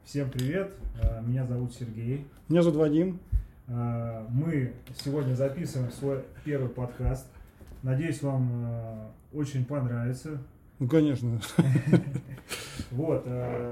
Всем привет, меня зовут Сергей. Меня зовут Вадим. Мы сегодня записываем свой первый подкаст. Надеюсь, вам очень понравится. Ну, конечно. Вот.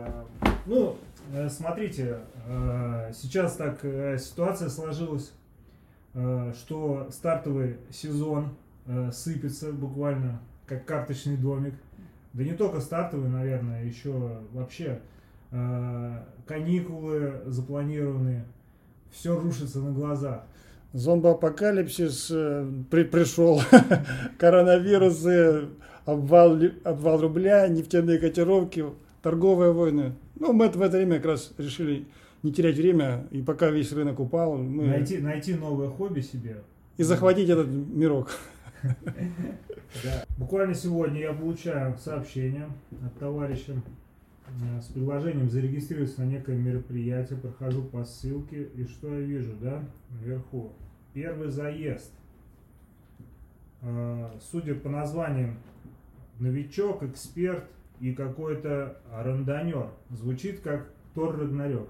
Смотрите, сейчас так ситуация сложилась, что стартовый сезон сыпется буквально как карточный домик. Да не только стартовый, наверное, еще вообще каникулы запланированы, все рушится на глазах. Зомбоапокалипсис пришел, коронавирусы, обвал рубля, нефтяные котировки, торговые войны. Ну, мы в это время как раз решили не терять время, и пока весь рынок упал, мы... Найти новое хобби себе. И захватить этот мирок. Да. Буквально сегодня я получаю сообщение от товарища с предложением зарегистрироваться на некое мероприятие. Прохожу по ссылке, и что я вижу, да, вверху? Первый заезд. Судя по названиям, новичок, эксперт и какой-то рандонер. Звучит как Тор Рагнарёк.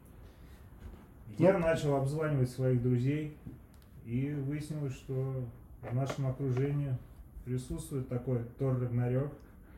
Я начал обзванивать своих друзей, и выяснилось, что в нашем окружении присутствует такой Тор Рагнарёк,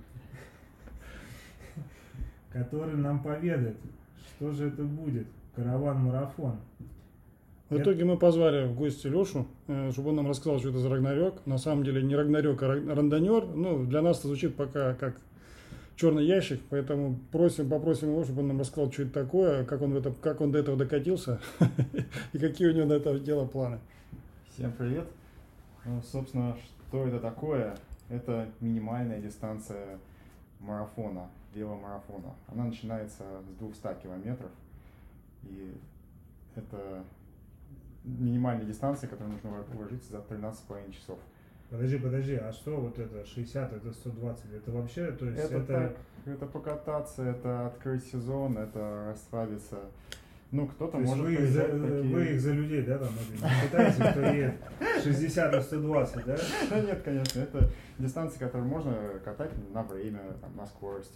который нам поведает, что же это будет. Караван-марафон. В итоге мы позвали в гости Лешу, чтобы он нам рассказал, что это за Рагнарёк. На самом деле не Рагнарёк, а рандонер. Ну, для нас это звучит пока как черный ящик, поэтому попросим его, чтобы он нам рассказал, что это такое, как он до этого докатился и какие у него до этого дела планы. Всем привет. Ну, собственно, что это такое? Это минимальная дистанция марафона, веломарафона. Она начинается с 200 километров, и это минимальная дистанция, которую нужно уложиться за 13,5 часов. Подожди, а что вот это 60, это 120? Это вообще, то есть это покататься, это открыть сезон, это расслабиться. Ну, кто-то может вы их за людей, да, там, не пытаетесь, кто едет 60 и 120, да? Да нет, конечно, это дистанции, которые можно катать на время, там, на скорость.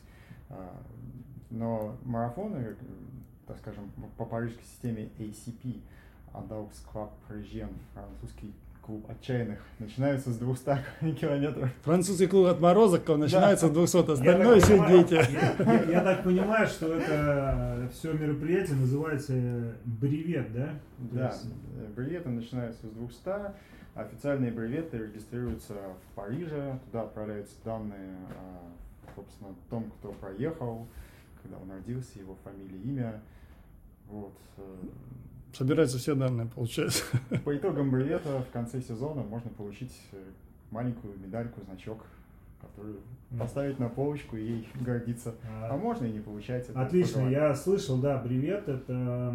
Но марафоны, так скажем, по парижской системе ACP, Adaux Club Parisien, французский клуб отчаянных, начинаются с 200 километров. Французский клуб отморозок начинается с 200, остальное все дети. Я так понимаю, что это все мероприятие называется бревет, да? Да, бреветы начинаются с 200, официальные бреветы регистрируются в Париже, туда отправляются данные, собственно, о том, кто проехал, когда он родился, его фамилия, имя. Вот. Собираются все данные, получается. По итогам бревета в конце сезона можно получить маленькую медальку, значок, которую поставить на полочку и ей гордиться. А можно и не получать. Отлично, я слышал, да, бревет, это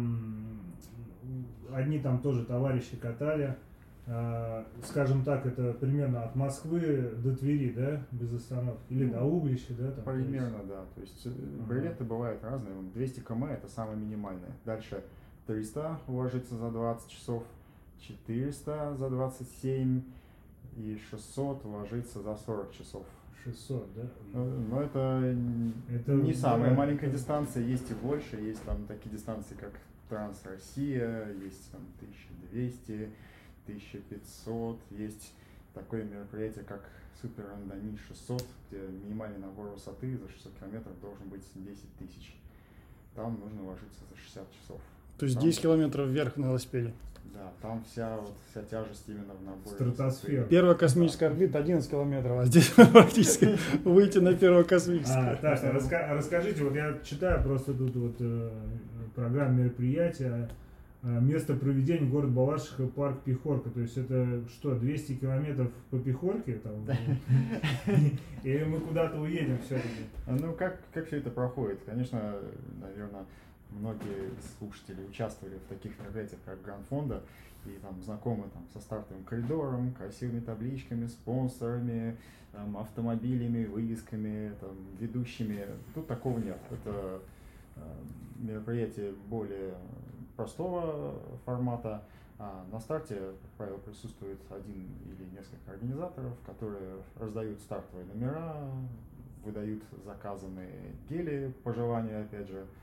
одни там тоже товарищи катали. Скажем так, это примерно от Москвы до Твери, да, без остановки, или до Углища, да? Там, примерно, да. То есть бреветы бывают разные. 200 км это самое минимальное. Дальше 300 уложиться за 20 часов, 400 за 27 и 600 уложиться за 40 часов. 600, да? Но это не самая маленькая дистанция, есть и больше, есть там такие дистанции, как Транс-Россия, есть там 1200, 1500, есть такое мероприятие, как Супер Рандони 600, где минимальный набор высоты за 600 километров должен быть 10 тысяч. Там нужно уложиться за 60 часов. То есть 10 километров вверх на велосипеде. Да, там вся тяжесть именно в наборе. Стратосфера. Первая космическая орбита 11 километров, а здесь практически выйти на первую космическую. Расскажите, вот я читаю просто тут вот программу мероприятия, место проведения город Балашиха, парк Пехорка, то есть это что, 200 километров по Пехорке там? Или мы куда-то уедем все-таки? Ну, как все это проходит? Конечно, наверное, многие слушатели участвовали в таких мероприятиях, как Гранд-Фонда, и там знакомы там со стартовым коридором, красивыми табличками, спонсорами, там, автомобилями, вывесками, там, ведущими. Тут такого нет. Это мероприятие более простого формата. На старте, как правило, присутствует один или несколько организаторов, которые раздают стартовые номера, выдают заказанные гели, пожелания, опять же.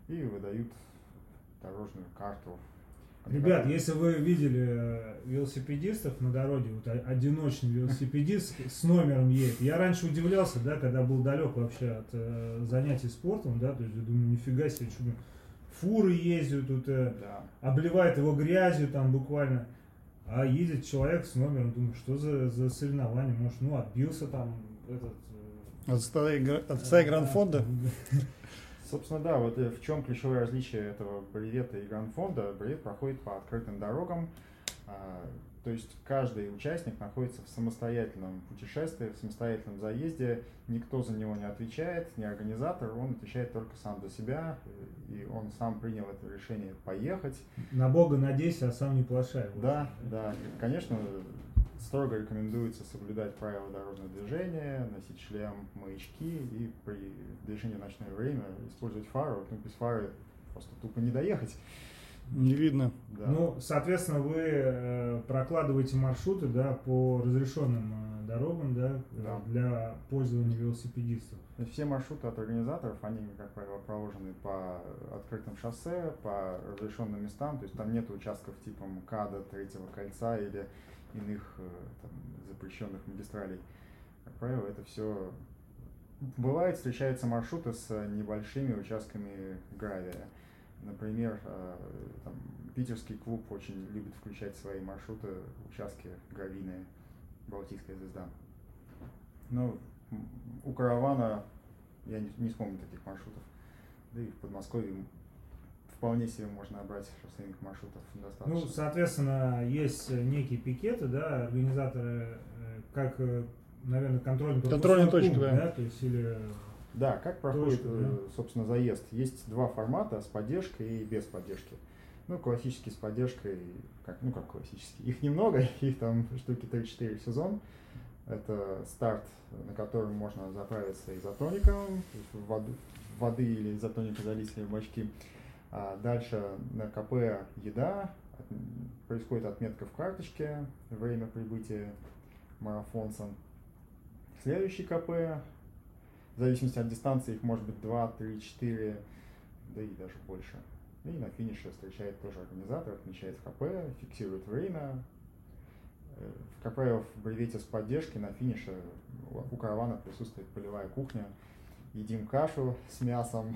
и выдают дорожную карту. Ребят, если вы видели велосипедистов на дороге, вот одиночный велосипедист с номером едет. Я раньше удивлялся, да, когда был далек вообще от занятий спортом, да, то есть я думаю, нифига себе, что фуры ездят тут, обливает его грязью там буквально, а едет человек с номером, думаю, что за соревнование, может, ну, отбился там этот... От стаи Гранд-фонда? Собственно, да, вот в чем ключевое различие этого бревета и Гранд-фонда. Бревет проходит по открытым дорогам, то есть каждый участник находится в самостоятельном путешествии, в самостоятельном заезде, никто за него не отвечает, не организатор, он отвечает только сам за себя, и он сам принял это решение поехать. На Бога надейся, а сам не плашай. Да, да, и, конечно, строго рекомендуется соблюдать правила дорожного движения, носить шлем, маячки и при движении в ночное время использовать фару. Ну, без фары просто тупо не доехать. Не видно. Да. Ну, соответственно, вы прокладываете маршруты, да, по разрешенным дорогам, да, Да. для пользования велосипедистов. Все маршруты от организаторов, они, как правило, проложены по открытым шоссе, по разрешенным местам, то есть там нет участков типа МКАДа, Третьего кольца или иных там, запрещенных магистралей. Как правило, это все бывает, встречаются маршруты с небольшими участками гравия. Например, там, питерский клуб очень любит включать в свои маршруты участки гравийные, Балтийская звезда. Но у каравана я не вспомню таких маршрутов. Да и в Подмосковье вполне себе можно набрать шоссейных маршрутов достаточно. Ну, соответственно, есть некие пикеты, да, организаторы, как, наверное, контрольные точки, пункт, да. То есть, или... Да, как проходит, Точка, да. собственно, заезд. Есть два формата, с поддержкой и без поддержки. Ну, классический с поддержкой, как классический. Их немного, их там штуки 3-4 в сезон. Это старт, на котором можно заправиться изотоником, воды или изотоника залить в бачки. А дальше на КП еда, происходит отметка в карточке, время прибытия марафонца. Следующий КП, в зависимости от дистанции, их может быть 2, 3, 4, да и даже больше. И на финише встречает тоже организатор, отмечает КП, фиксирует время. Как правило, в бревете с поддержкой на финише у каравана присутствует полевая кухня. Едим кашу с мясом,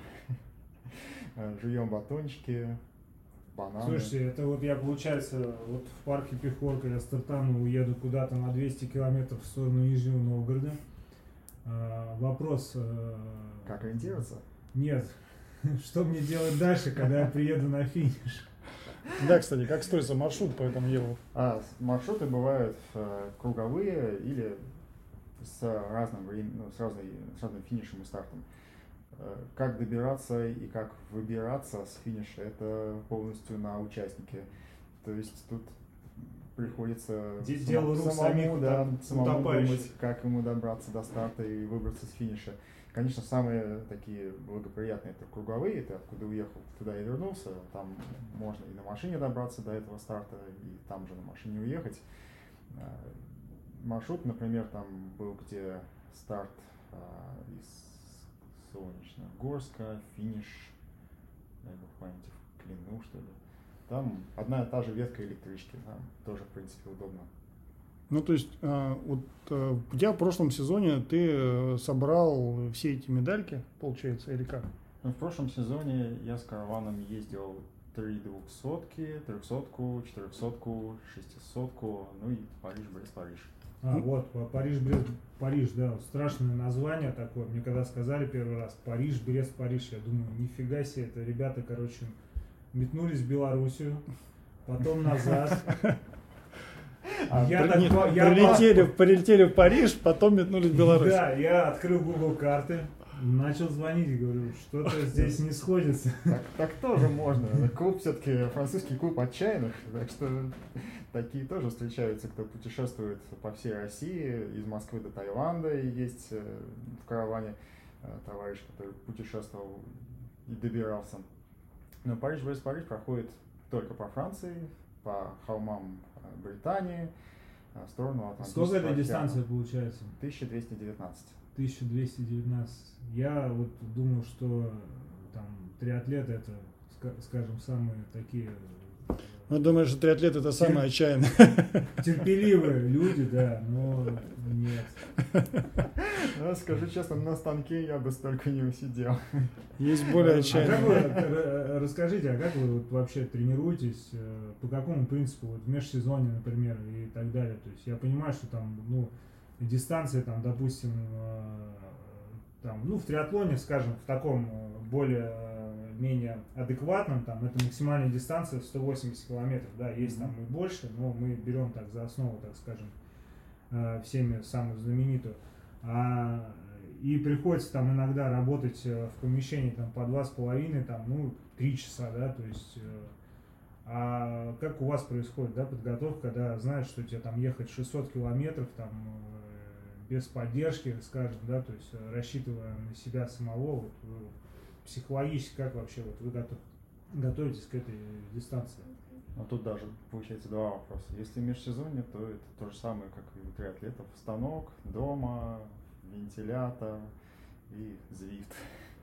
жуем батончики, бананы. Слушайте, это вот я, получается, вот в парке Пехорка я стартану, уеду куда-то на 200 километров в сторону Нижнего Новгорода. Вопрос... Как ориентироваться? Нет. Что мне делать дальше, когда я приеду на финиш? Да, кстати, как строится маршрут по этому делу? Маршруты бывают круговые или с разным финишем и стартом. Как добираться и как выбираться с финиша, это полностью на участнике. То есть тут приходится самому думать, как ему добраться до старта и выбраться с финиша. Конечно, самые такие благоприятные это круговые, это откуда уехал, туда и вернулся. Там можно и на машине добраться до этого старта, и там же на машине уехать. Маршрут, например, там был, где старт из Солнечногорска, финиш, дай бог памяти, в Клину, что ли. Там одна и та же ветка электрички, там тоже, в принципе, удобно. Ну, то есть, у тебя в прошлом сезоне ты собрал все эти медальки, получается, или как? В прошлом сезоне я с караваном ездил 3 200-ки, 300-ку, 400-ку, 600-ку, ну и Париж-Брест-Париж. Вот, Париж, да, страшное название такое. Мне когда сказали первый раз Париж, Брест-Париж, я думаю, нифига себе, это ребята, короче, метнулись в Белоруссию, потом назад. Прилетели в Париж, потом метнулись в Беларусь. Да, я открыл Google карты, начал звонить и говорю, что-то здесь не сходится. Так тоже можно. Клуб все-таки французский клуб отчаянных, так что такие тоже встречаются, кто путешествует по всей России, из Москвы до Таиланда, и есть в караване товарищ, который путешествовал и добирался. Но Париж-Брест-Париж проходит только по Франции, по холмам Британии, в сторону Атлантического океана. Сколько эта дистанция получается? 1219. 1219. Я вот думал, что там триатлеты это, скажем, самые такие... Ну, думаешь, что триатлет это самое отчаянное? Терпеливые люди, да, но нет. Ну, скажу честно, на станке я бы столько не усидел. Есть более отчаянные. Расскажите, а как вы вот вообще тренируетесь, по какому принципу, вот в межсезонье, например, и так далее? То есть я понимаю, что там, ну, дистанция, там, допустим, там, ну, в триатлоне, скажем, в таком более-менее адекватном, там, это максимальная дистанция в 180 километров, да, есть там и больше, но мы берем так за основу, так скажем, всеми самую знаменитую. И приходится там иногда работать в помещении там по 2,5, там, ну, 3 часа, да, то есть, а как у вас происходит, да, подготовка, когда знаешь, что тебе там ехать 600 километров, там, без поддержки, скажем, да, то есть рассчитывая на себя самого, вот, психологически, как вообще вот вы готовитесь к этой дистанции? Ну тут даже получается два вопроса. Если межсезонье, то это то же самое, как и у триатлетов. Станок, дома, вентилятор и Zwift.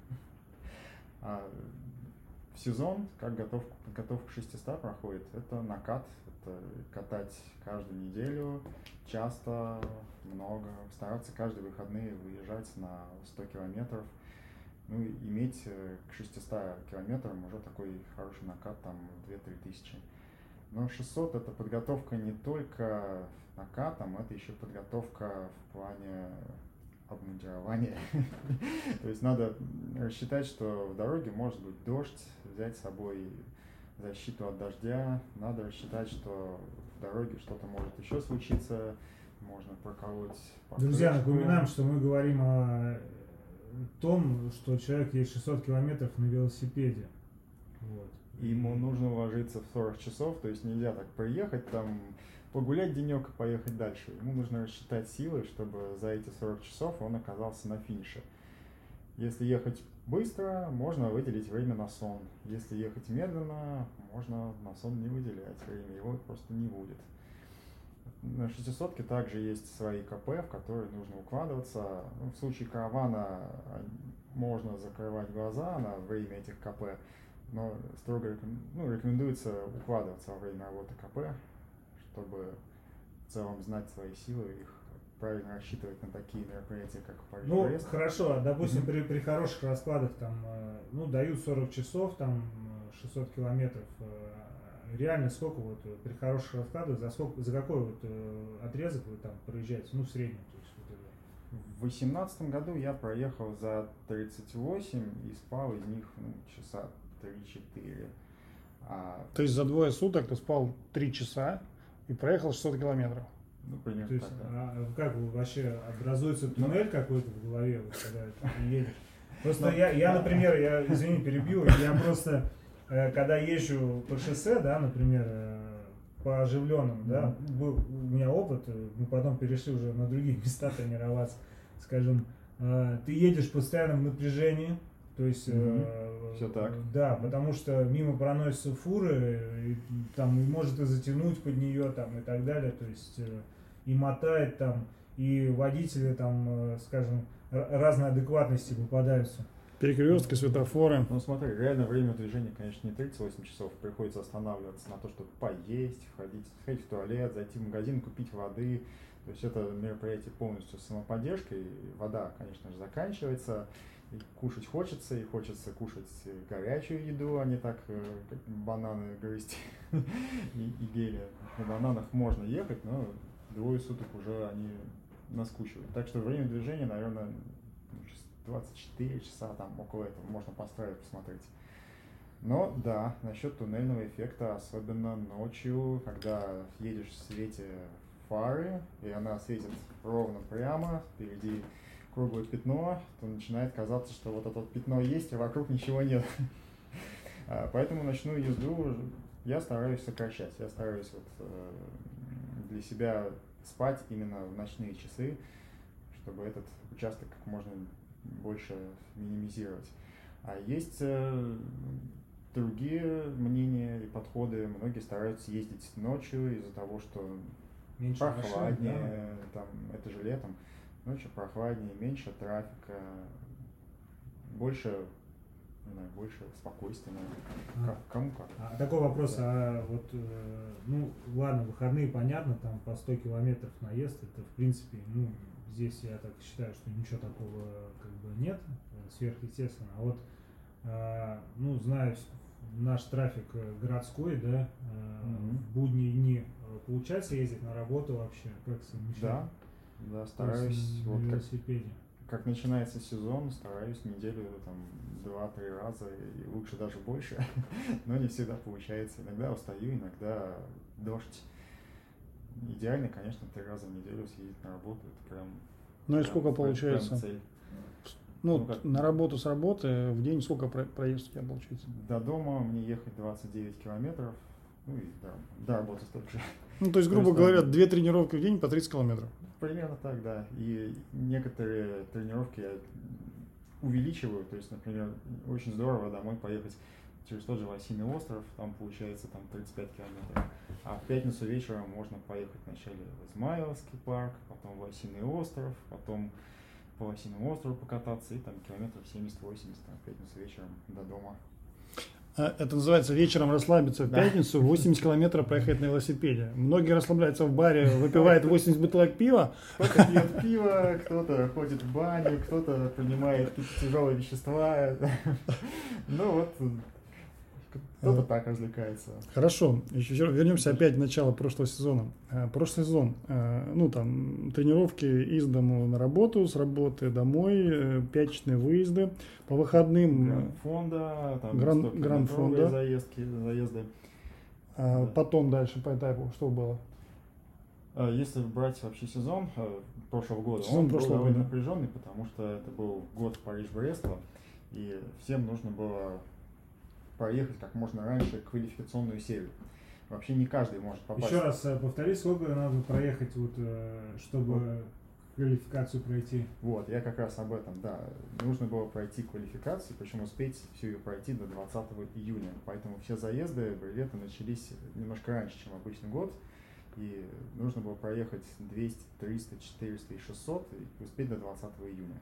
А в сезон, как подготовка к 600 проходит, это накат, это катать каждую неделю, часто, много, стараться каждые выходные выезжать на 100 километров, ну и иметь к 600 километрам уже такой хороший накат, там 2-3 тысячи. Но 600 это подготовка не только накатом, это еще подготовка в плане обмундирования. То есть надо рассчитать, что в дороге может быть дождь, взять с собой защиту от дождя, надо рассчитать, что в дороге что-то может еще случиться, можно проколоть покрышку. Друзья, напоминаем, что мы говорим о том, что человек едет 600 километров на велосипеде. Вот. Ему нужно уложиться в 40 часов, то есть нельзя так приехать, там, погулять денек и поехать дальше. Ему нужно рассчитать силы, чтобы за эти 40 часов он оказался на финише. Если ехать быстро, можно выделить время на сон. Если ехать медленно, можно на сон не выделять время, его просто не будет. На 600-ке также есть свои КП, в которые нужно укладываться. Ну, в случае каравана можно закрывать глаза на время этих КП, но строго рекомендуется укладываться во время работы КП, чтобы в целом знать свои силы, их правильно рассчитывать на такие мероприятия, как Париж-Брест. Ну, хорошо, допустим, при хороших раскладах там, ну, дают 40 часов, там, 600 километров. Реально сколько вот при хороших раскладах, за какой вот отрезок вы там проезжаете, ну, в среднем? То есть, вот это. В 2018 году я проехал за 38 и спал из них часа 3-4. То есть за двое суток ты спал 3 часа и проехал 600 километров? Ну, примерно то есть, так, да. Как вообще образуется туннель какой-то в голове, вот, когда ты едешь? Просто я, например, извини, перебью, я просто, когда езжу по шоссе, да, например, по оживленному, да, был у меня опыт, мы потом перешли уже на другие места тренироваться, скажем, ты едешь в постоянном напряжении, то есть, все так. Да, потому что мимо проносятся фуры, и, там, и может и затянуть под нее, там, и так далее, то есть, и мотает там, и водители там, скажем, разной адекватности попадаются. Перекрестки, светофоры. Ну смотри, реально время движения, конечно, не 38 часов, приходится останавливаться на то, чтобы поесть, сходить в туалет, зайти в магазин, купить воды. То есть это мероприятие полностью с самоподдержкой. Вода, конечно же, заканчивается. И кушать хочется, и хочется кушать горячую еду, а не так, как бананы грызть и гели. На бананах можно ехать, но двое суток уже они наскучивают. Так что время движения, наверное, 24 часа, там около этого можно построить, посмотреть. Но да, насчет туннельного эффекта, особенно ночью, когда едешь в свете фары, и она светит ровно прямо, впереди круглое пятно, то начинает казаться, что вот это пятно есть, а вокруг ничего нет. Поэтому ночную езду я стараюсь сокращать. Я стараюсь для себя спать именно в ночные часы, чтобы этот участок как можно больше минимизировать. А есть другие мнения и подходы. Многие стараются ездить ночью из-за того, что меньше прохладнее, машин, да? там, это же летом, ночью прохладнее, меньше трафика, больше не знаю, больше спокойствия, наверное. Кому как. Такой вопрос, вот, ну, ладно, выходные, понятно, там по 100 километров наезд, это, в принципе, ну, здесь я так считаю, что ничего такого как бы нет, сверхъестественно. А вот, ну, знаю наш трафик городской, да, в будние дни получается ездить на работу вообще, как совмещать? Да, стараюсь. На велосипеде. Как начинается сезон, стараюсь неделю там 2-3 раза, и лучше даже больше, но не всегда получается. Иногда устаю, иногда дождь. Идеально, конечно, 3 раза в неделю съездить на работу, это прям... Ну и сколько получается? Прям цель. Ну, на работу с работы в день сколько проезд у тебя получается? До дома мне ехать 29 километров, ну и до работы столько же. Ну, то есть, грубо говоря, 2 тренировки в день по 30 километров. Примерно так, да. И некоторые тренировки я увеличиваю. То есть, например, очень здорово домой поехать через тот же Лосиный остров, там получается там 35 километров. А в пятницу вечером можно поехать вначале в Измайловский парк, потом в Лосиный остров, потом по Лосиному острову покататься и там километров 70-80 в пятницу вечером до дома. Это называется вечером расслабиться в пятницу, 80 километров проехать на велосипеде. Многие расслабляются в баре, выпивают 80 бутылок пива. Кто-то пьет пиво, кто-то ходит в баню, кто-то принимает какие-то тяжелые вещества. Ну вот, кто-то так развлекается. Хорошо, еще вернемся опять в начало прошлого сезона. Прошлый сезон, ну там тренировки из дому на работу, с работы домой, пятничные выезды по выходным. Гранд-фонда, там Гранд-фонда. заезды. Потом дальше по этапу что было? Если брать вообще сезон прошлого года, сезон он был прошлого довольно года напряженный, потому что это был год Париж-Бреста, и всем нужно было проехать как можно раньше квалификационную серию. Вообще не каждый может попасть. Еще раз повтори, сколько надо проехать, вот, чтобы квалификацию пройти? Вот, я как раз об этом, да. Нужно было пройти квалификацию, причем успеть всю ее пройти до 20 июня. Поэтому все заезды, бреветы начались немножко раньше, чем обычный год. И нужно было проехать 200, 300, 400 и 600 и успеть до 20 июня.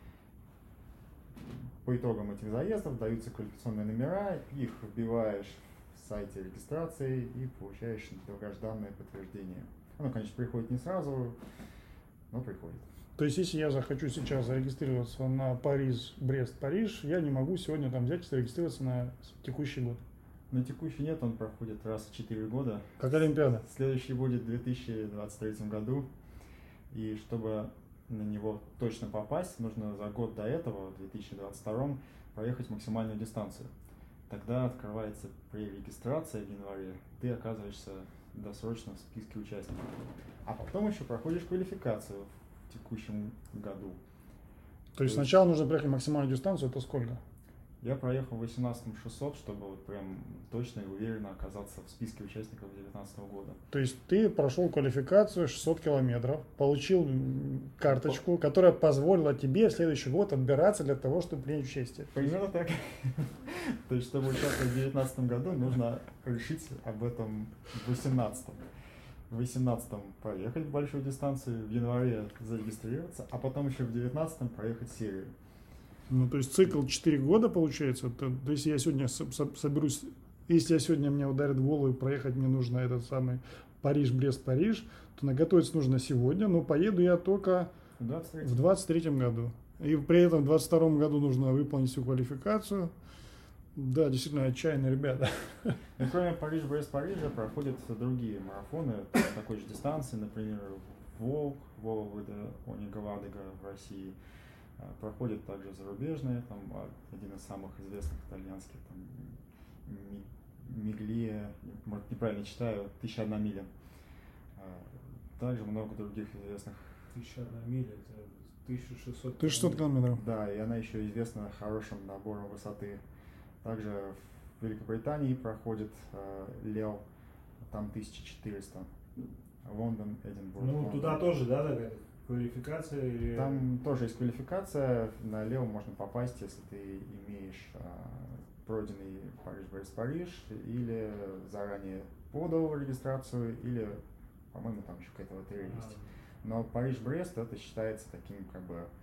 По итогам этих заездов даются квалификационные номера, их вбиваешь в сайте регистрации и получаешь долгожданное подтверждение. Оно, конечно, приходит не сразу, но приходит. То есть, если я захочу сейчас зарегистрироваться на Брест-Париж, я не могу сегодня там взять и зарегистрироваться на текущий год? На текущий нет, он проходит раз в 4 года. Как Олимпиада? Следующий будет в 2023 году. И чтобы на него точно попасть, нужно за год до этого, в 2022, проехать максимальную дистанцию. Тогда открывается пререгистрация в январе, ты оказываешься досрочно в списке участников. А потом еще проходишь квалификацию в текущем году. То есть сначала нужно проехать максимальную дистанцию, это сколько? Я проехал в 18-м 600, чтобы вот прям точно и уверенно оказаться в списке участников 2019 года. То есть ты прошел квалификацию 600 километров, получил карточку, которая позволила тебе в следующий год отбираться для того, чтобы принять участие. Примерно так. То есть, чтобы участвовать в 2019 году, нужно решить об этом в 2018. В 2018 проехать большую дистанцию, в январе зарегистрироваться, а потом еще в 2019 проехать серию. Ну, то есть цикл 4 года получается. То если я сегодня соберусь, если я сегодня меня ударит в голову и проехать мне нужно этот самый Париж-Брест-Париж, то наготовиться нужно сегодня, но поеду я только в 2023 году. И при этом в 2022 году нужно выполнить всю квалификацию. Да, действительно, отчаянные ребята. И кроме Париж-Брест-Парижа проходят другие марафоны такой же дистанции, например, Волк, Вологда, Онега-Ладога в России. Проходят также зарубежные, там один из самых известных итальянских, там Миглия, может неправильно читаю, 1001 миля. Также много других известных. 1001 миля, это 1600 1600 километров. Да, и она еще известна хорошим набором высоты. Также в Великобритании проходит Лео, там 1400. Лондон, Эдинбург. Ну, Лондон. туда тоже, да, такая квалификация? Или... Там тоже есть квалификация. На Лео можно попасть, если ты имеешь пройденный Париж-Брест-Париж, или заранее подал регистрацию, или, по-моему, там еще какая-то лотерея есть. Но Париж-Брест это считается таким как бы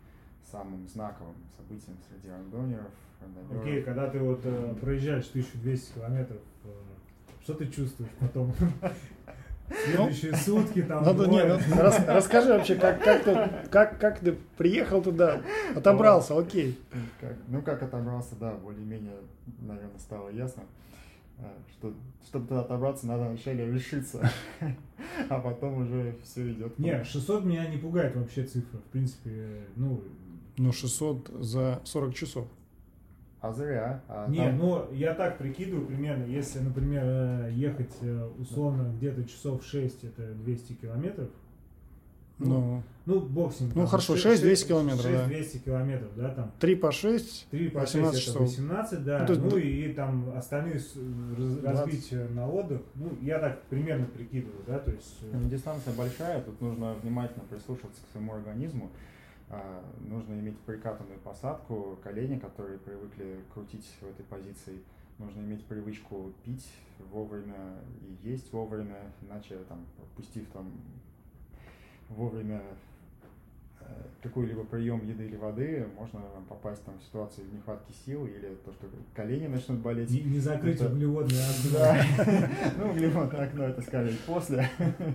самым знаковым событием среди рандонеров. Окей, когда ты вот проезжаешь 1200 километров, что ты чувствуешь потом? Следующие сутки там. Расскажи вообще, как ты приехал туда, отобрался, окей. Как отобрался, да, более-менее, наверное, стало ясно, что чтобы туда отобраться, надо вначале решиться, а потом уже все идет. Нет, 600 меня не пугает вообще цифра, в принципе, Ну, 600 за 40 часов. А зря. Я так прикидываю примерно, если, например, ехать условно где-то часов 6, это 200 километров. Бог с ним. Ну, хорошо, 6-200 километров, 6-200 километров, да, там. 3 по 6, 18 часов. Это 18, да. И там остальные разбить на отдых. Я так примерно прикидываю, да, то есть... Дистанция большая, тут нужно внимательно прислушиваться к своему организму. Нужно иметь прикатанную посадку, колени, которые привыкли крутить в этой позиции. Нужно иметь привычку пить вовремя и есть вовремя, иначе, пропустив вовремя какой-либо прием еды или воды, можно попасть в ситуацию нехватки сил или то, что колени начнут болеть. Не закрыть углеводное окно. Да, углеводное окно это скорее после.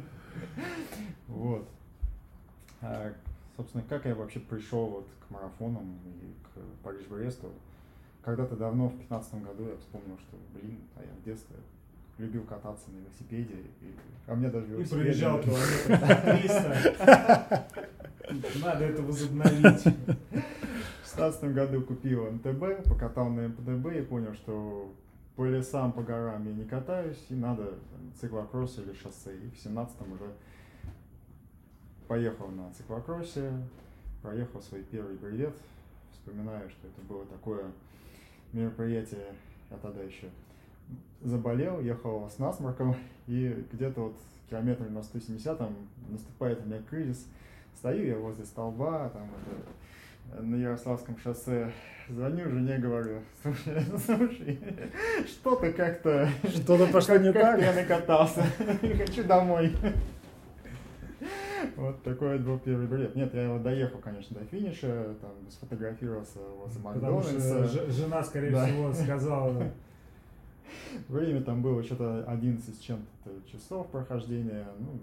Вот. Собственно, как я вообще пришел к марафонам и к Париж-Бресту. Когда-то давно, в 2015 году, я вспомнил, что, я в детстве любил кататься на велосипеде. А мне даже велосипед... И проезжал километров 300. Надо это возобновить. В 2016 году купил МТБ, покатал на МТБ и понял, что по лесам, по горам я не катаюсь, и надо циклокросс или шоссе. И в 2017 уже поехал на циклокроссе, проехал свой первый бревет. Вспоминаю, что это было такое мероприятие. Я тогда еще заболел, ехал с насморком, и где-то километр на 170-м наступает у меня кризис. Стою я возле столба, на Ярославском шоссе, звоню жене, говорю: слушай, что-то как-то... Что-то пошло не так? Я накатался, хочу домой. Вот такой был первый бред. Нет, я доехал, конечно, до финиша, сфотографировался возле Макдональдса. Потому что жена, скорее всего, сказала... Время там было что-то 11 с чем-то часов прохождения.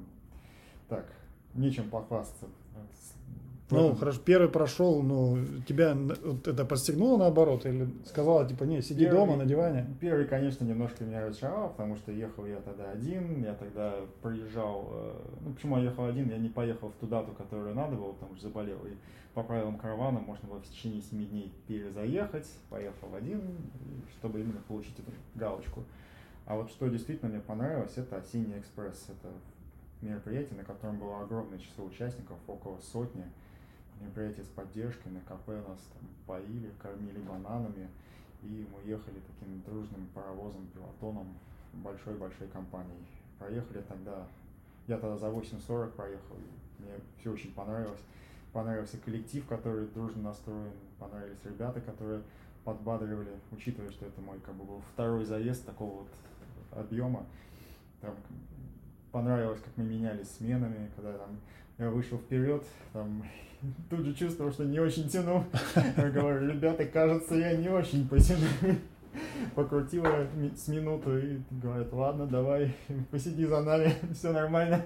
Нечем похвастаться. Хорошо, первый прошел, но тебя это подстегнуло наоборот? Или сказала, сиди дома на диване? Первый, конечно, немножко меня разочаровал, потому что ехал я тогда один, я тогда приезжал... почему я ехал один? Я не поехал в ту дату, которую надо было, потому что заболел. И по правилам каравана можно было в течение 7 дней перезаехать, поехал один, чтобы именно получить эту галочку. А что действительно мне понравилось, это «Осенний экспресс». Это мероприятие, на котором было огромное число участников, около 100. Мероприятие с поддержкой, на кафе нас поили, кормили бананами, и мы ехали таким дружным паровозом, пилотоном большой-большой компанией. Проехали тогда, я тогда за 8:40 проехал, и мне все очень понравилось. Понравился коллектив, который дружно настроен, понравились ребята, которые подбадривали, учитывая, что это мой был второй заезд такого объема. Понравилось, как мы менялись сменами, когда я вышел вперед, тут же чувствовал, что не очень тянул. Я говорю: ребята, кажется, я не очень потяну. Покрутила с минуту и говорят: ладно, давай, посиди за нами, все нормально.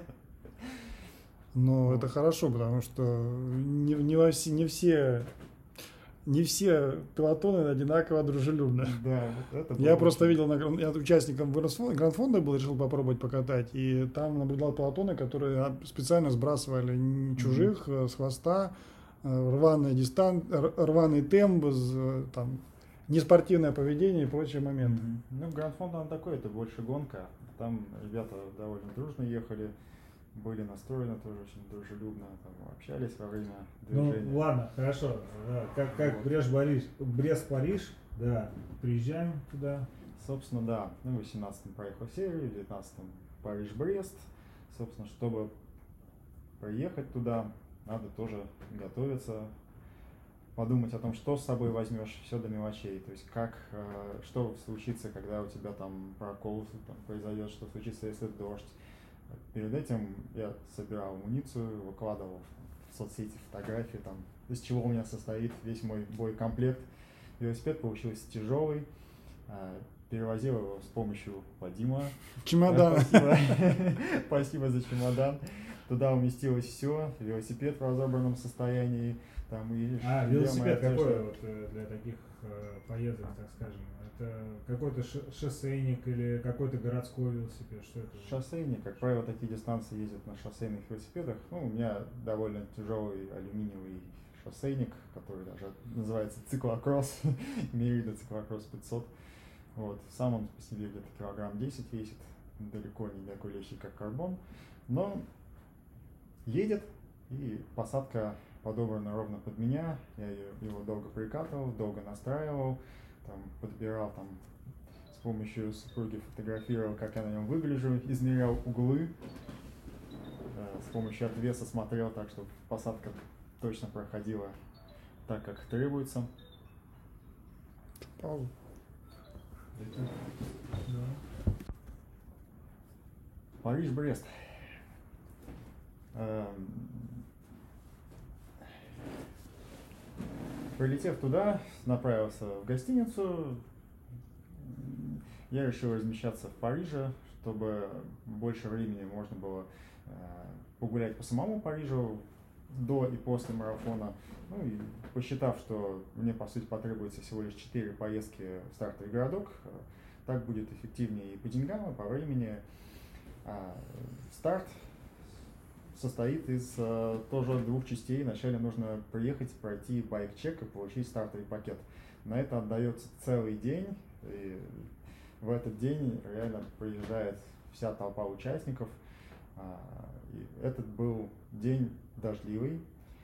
Это хорошо, потому что не все пилотоны одинаково дружелюбны. Да, это я просто видел, я участником Гранд-фонда был, решил попробовать покатать, и там наблюдал пилотоны, которые специально сбрасывали чужих с хвоста, рваный темп, неспортивное поведение и прочие моменты. Гранд-фонд он такой, это больше гонка. Там ребята довольно дружно ехали, были настроены тоже очень дружелюбно, общались во время движения. Ладно, хорошо. Как Брест-Париж, да, приезжаем туда. Собственно, да. В 18-м проехал серию, в 19-м Париж-Брест. Собственно, чтобы приехать туда, надо тоже готовиться, подумать о том, что с собой возьмешь, все до мелочей. То есть что случится, когда у тебя прокол произойдет, что случится, если дождь. Перед этим я собирал амуницию, выкладывал в соцсети фотографии, из чего у меня состоит весь мой боекомплект. Велосипед получился тяжелый. Перевозил его с помощью Вадима. Чемодан. Спасибо за чемодан. Туда уместилось все. Велосипед в разобранном состоянии. Там и велосипед какой вот для таких поездок, так скажем? Это какой-то шоссейник или какой-то городской велосипед? Что это? Шоссейник. Как правило, такие дистанции ездят на шоссейных велосипедах. Ну, у меня довольно тяжелый алюминиевый шоссейник, который даже называется циклокросс. Мерида циклокросс 500. Вот. Сам он по себе где-то килограмм 10 весит. Далеко не такой легкий, как карбон. Но едет, и посадка подобрана ровно под меня. Я его долго прикатывал, долго настраивал, там, подбирал там, с помощью супруги, фотографировал, как я на нем выгляжу, измерял углы, с помощью отвеса смотрел так, чтобы посадка точно проходила так, как требуется. Паузу. Париж-Брест. Прилетев туда, направился в гостиницу. Я решил размещаться в Париже, чтобы больше времени можно было погулять по самому Парижу до и после марафона. Ну и посчитав, что мне по сути потребуется всего лишь 4 поездки в стартовый городок, так будет эффективнее и по деньгам, и по времени. Старт состоит из тоже 2 частей. Вначале нужно приехать, пройти байк-чек и получить стартовый пакет. На это отдается целый день, и в этот день реально приезжает вся толпа участников. И этот был день дождливый.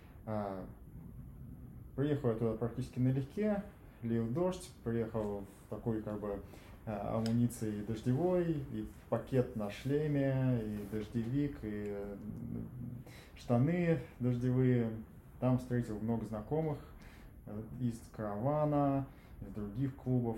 Приехал я туда практически налегке, лил дождь, приехал в такой как бы амуниции дождевой, и пакет на шлеме, и дождевик, и штаны дождевые. Там встретил много знакомых из каравана, из других клубов.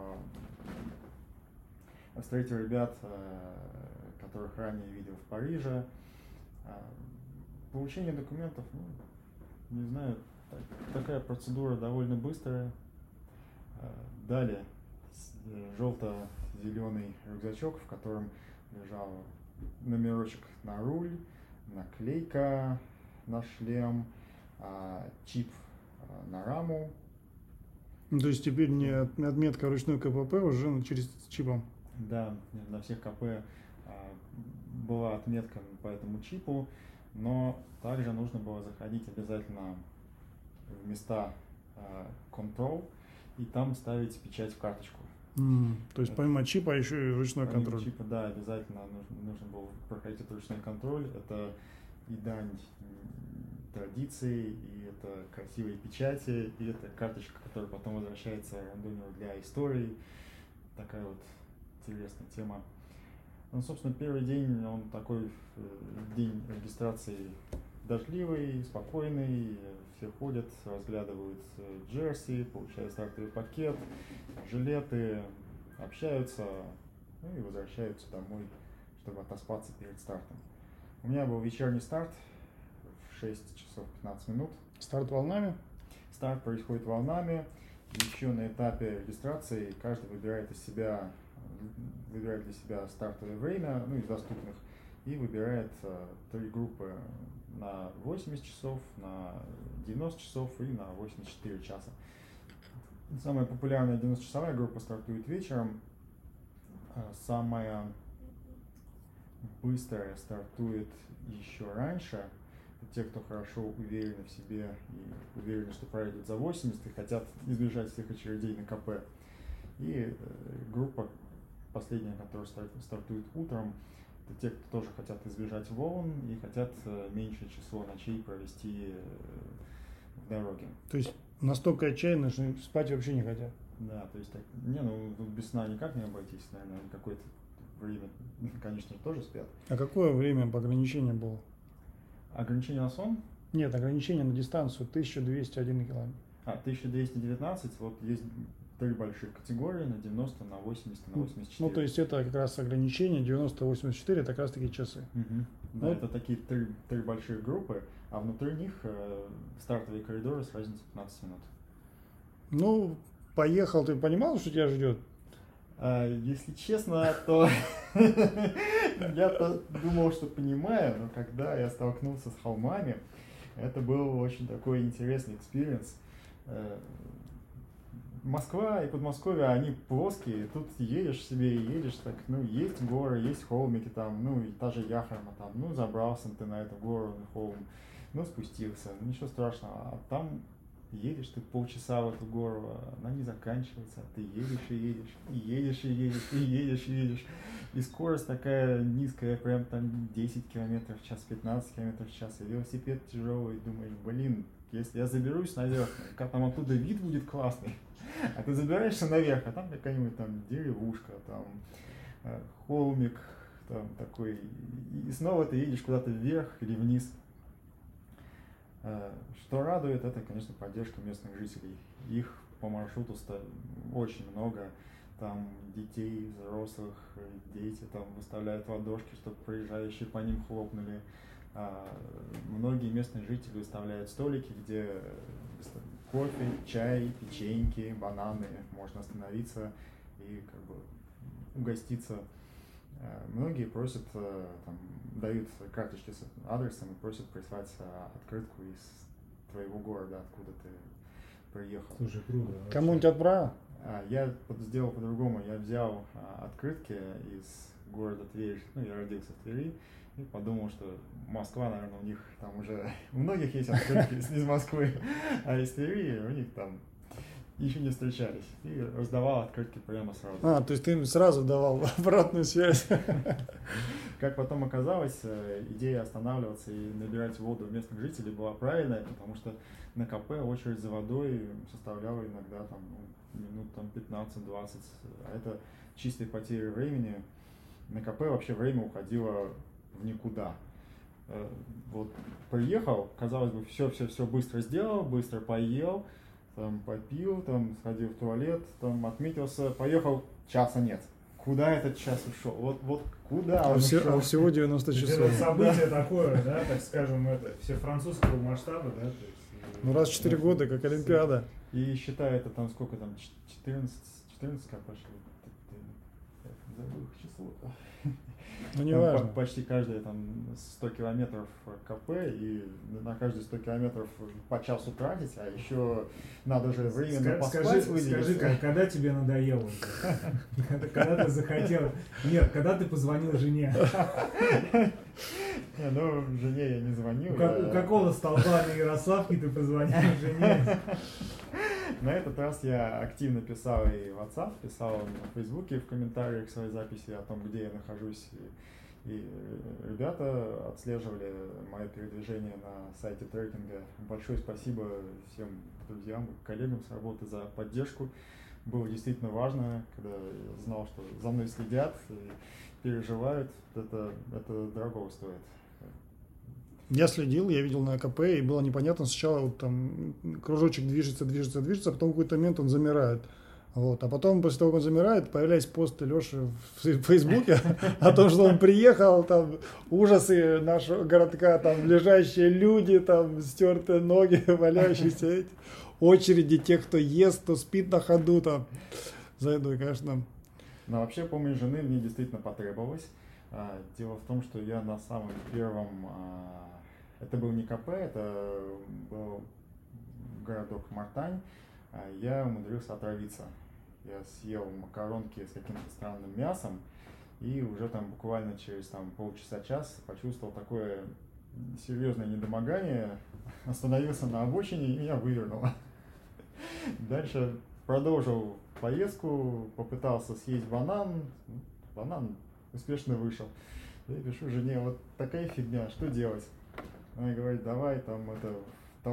Встретил ребят, которых ранее видел в Париже. Получение документов, ну, не знаю, такая процедура довольно быстрая. Далее желто-зеленый рюкзачок, в котором лежал номерочек на руль, наклейка на шлем, чип на раму. То есть теперь не отметка ручной КПП, уже через чипом? Да, на всех КП была отметка по этому чипу, но также нужно было заходить обязательно в места control и там ставить печать в карточку. То есть помимо чипа еще и ручной помимо контроль. Чипа, да, обязательно нужно было проходить этот ручной контроль. Это и дань традиции, и это красивые печати, и это карточка, которая потом возвращается рандомеру для истории. Такая вот интересная тема. Ну, собственно, первый день, он такой день регистрации дождливый, спокойный. Все ходят, разглядывают джерси, получают стартовый пакет, жилеты, общаются, ну и возвращаются домой, чтобы отоспаться перед стартом. У меня был вечерний старт в 6 часов 15 минут. Старт волнами? Старт происходит волнами. Еще на этапе регистрации каждый выбирает для себя стартовое время, ну, из доступных, и выбирает 3 группы на 80 часов, на 90 часов и на 84 часа. Самая популярная 90-часовая группа стартует вечером, самая быстрая стартует еще раньше. Те, кто хорошо уверены в себе и уверены, что пройдут за 80 и хотят избежать всех очередей на КП. И группа последняя, которая стартует утром, это те, кто тоже хотят избежать волн и хотят меньшее число ночей провести в дороге. То есть настолько отчаянно, что спать вообще не хотят? Да, то есть так, тут без сна никак не обойтись, наверное, какое-то время, конечно, тоже спят. А какое время по ограничению было? Ограничение на сон? Нет, ограничение на дистанцию 1201 километр. 1219, вот есть 3 больших категории на 90, на 80, на 84. Ну, то есть это как раз ограничение 90-84, это как раз такие часы. Да, это такие три большие группы, а внутри них стартовые коридоры с разницей 15 минут. Ну, поехал, ты понимал, что тебя ждет? Если честно, то я думал, что понимаю, но когда я столкнулся с холмами, это был очень такой интересный экспириенс. Москва и Подмосковье, они плоские, тут едешь себе и едешь, так, ну, есть горы, есть холмики там, ну, и та же Яхрома там, ну, забрался ты на эту гору, на холм, ну, спустился, ничего страшного, а там едешь ты полчаса в эту гору, она не заканчивается, а ты едешь и едешь, и едешь и едешь, и едешь и едешь, и скорость такая низкая, прям там 10 км в час, 15 км в час, и велосипед тяжелый, думаешь, блин, если я заберусь наверх, как там оттуда вид будет классный. А ты забираешься наверх, а там какая-нибудь там деревушка, там холмик, там такой, и снова ты едешь куда-то вверх или вниз. Что радует, это, конечно, поддержка местных жителей. Их по маршруту очень много, там детей, взрослых, дети там выставляют ладошки, чтобы проезжающие по ним хлопнули. Многие местные жители выставляют столики, где кофе, чай, печеньки, бананы, можно остановиться и как бы угоститься. Многие просят, там, дают карточки с адресом и просят прислать открытку из твоего города, откуда ты приехал. Слушай, круто. Кому-нибудь отправил? Я сделал по-другому. Я взял открытки из города Тверь. Ну, я родился в Твери. И подумал, что Москва, наверное, у них там уже... У многих есть открытки из Москвы, а из Твери у них там еще не встречались. И раздавал открытки прямо сразу. То есть ты им сразу давал обратную связь. Как потом оказалось, идея останавливаться и набирать воду у местных жителей была правильная, потому что на КП очередь за водой составляла иногда там, минут там, 15-20. А это чистой потери времени. На КП вообще время уходило в никуда. Вот приехал, казалось бы, все быстро сделал, быстро поел, там попил, там сходил в туалет, там отметился, поехал, часа нет. Куда этот час ушел? Вот куда он ушел? Всего 90 часов. Это событие такое, да, так скажем, это все французского масштаба, да, то есть. Ну, раз в 4 года, как Олимпиада. И считай, это там сколько там, 14 как пошли? Забыл их число. Ну, не важно. Почти каждые там 100 километров КП, и на каждые 100 километров по часу тратить, а еще надо же временно поспать выделить. Скажи, когда тебе надоело? Когда ты захотел? Нет, когда ты позвонил жене? Ну, жене я не звонил. У какого столба на Ярославке ты позвонил жене? На этот раз я активно писал и в WhatsApp, писал на Фейсбуке в комментариях своей записи о том, где я нахожусь. И ребята отслеживали мое передвижение на сайте трекинга. Большое спасибо всем друзьям, коллегам с работы за поддержку. Было действительно важно, когда я знал, что за мной следят и переживают. Это дорого стоит. Я следил, я видел на АКП, и было непонятно, сначала вот там кружочек движется, а потом в какой-то момент он замирает. Вот. А потом, после того, как он замирает, появляются посты Леши в Фейсбуке о том, что он приехал, там ужасы нашего городка, там лежащие люди, там стертые ноги, валяющиеся очереди тех, кто ест, кто спит на ходу, там. За это, конечно. Но вообще помощь жены мне действительно потребовалась. Дело в том, что я на самом первом, это был не КП, это был городок Мартань, я умудрился отравиться. Я съел макаронки с каким-то странным мясом, и уже там буквально через полчаса-час почувствовал такое серьезное недомогание, остановился на обочине и меня вывернуло. Дальше продолжил поездку, попытался съесть банан успешно вышел. Я пишу жене, вот такая фигня, что делать? Она говорит, давай там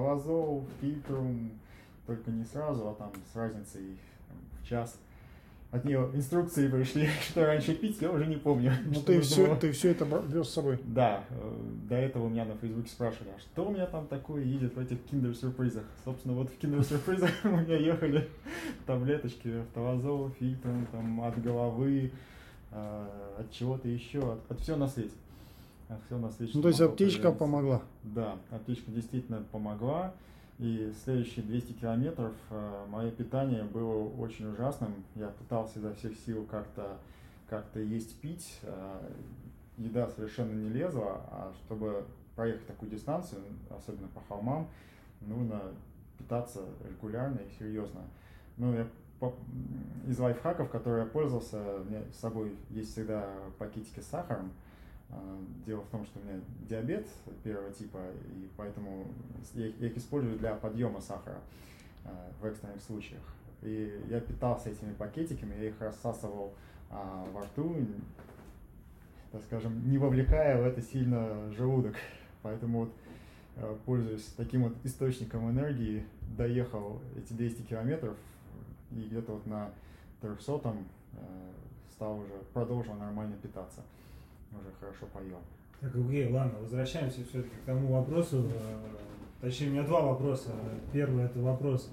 талазол, фильтрум, только не сразу, а там с разницей в час. от нее инструкции пришли, что раньше пить, я уже не помню. Ну ты все это вез с собой? Да, до этого у меня на Фейсбуке спрашивали, а что у меня там такое едет в этих киндер-сюрпризах? Собственно, вот в киндер-сюрпризах у меня ехали таблеточки автовазол, фильтром, там, от головы, от чего-то еще, от всего на свете. Все на свете. Ну, то есть аптечка помогла? Да, аптечка действительно помогла. И следующие 200 километров мое питание было очень ужасным. Я пытался изо всех сил как-то есть, пить. Еда совершенно не лезла, а чтобы проехать такую дистанцию, особенно по холмам, нужно питаться регулярно и серьезно. Ну, из лайфхаков, которые я пользовался, у меня с собой есть всегда пакетики с сахаром. Дело в том, что у меня диабет первого типа, и поэтому я их использую для подъема сахара в экстренных случаях. И я питался этими пакетиками, я их рассасывал во рту, так скажем, не вовлекая в это сильно желудок. Поэтому вот, пользуясь таким вот источником энергии, доехал эти 200 километров и где-то вот на 300-м продолжил нормально питаться. Уже хорошо поел. Так, окей, ладно, возвращаемся все-таки к тому вопросу. Точнее, у меня два вопроса. Первый это вопрос,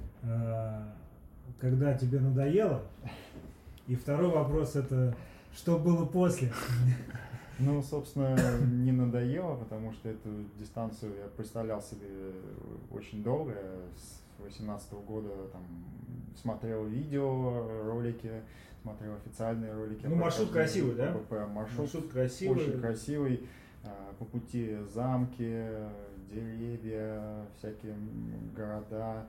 когда тебе надоело. И второй вопрос это, что было после? Ну, собственно, не надоело, потому что эту дистанцию я представлял себе очень долго. С 2018 года там смотрел видео, ролики, смотрел официальные ролики. Ну, маршрут красивый, да? Маршрут красивый. Очень красивый. По пути замки, деревья, всякие города,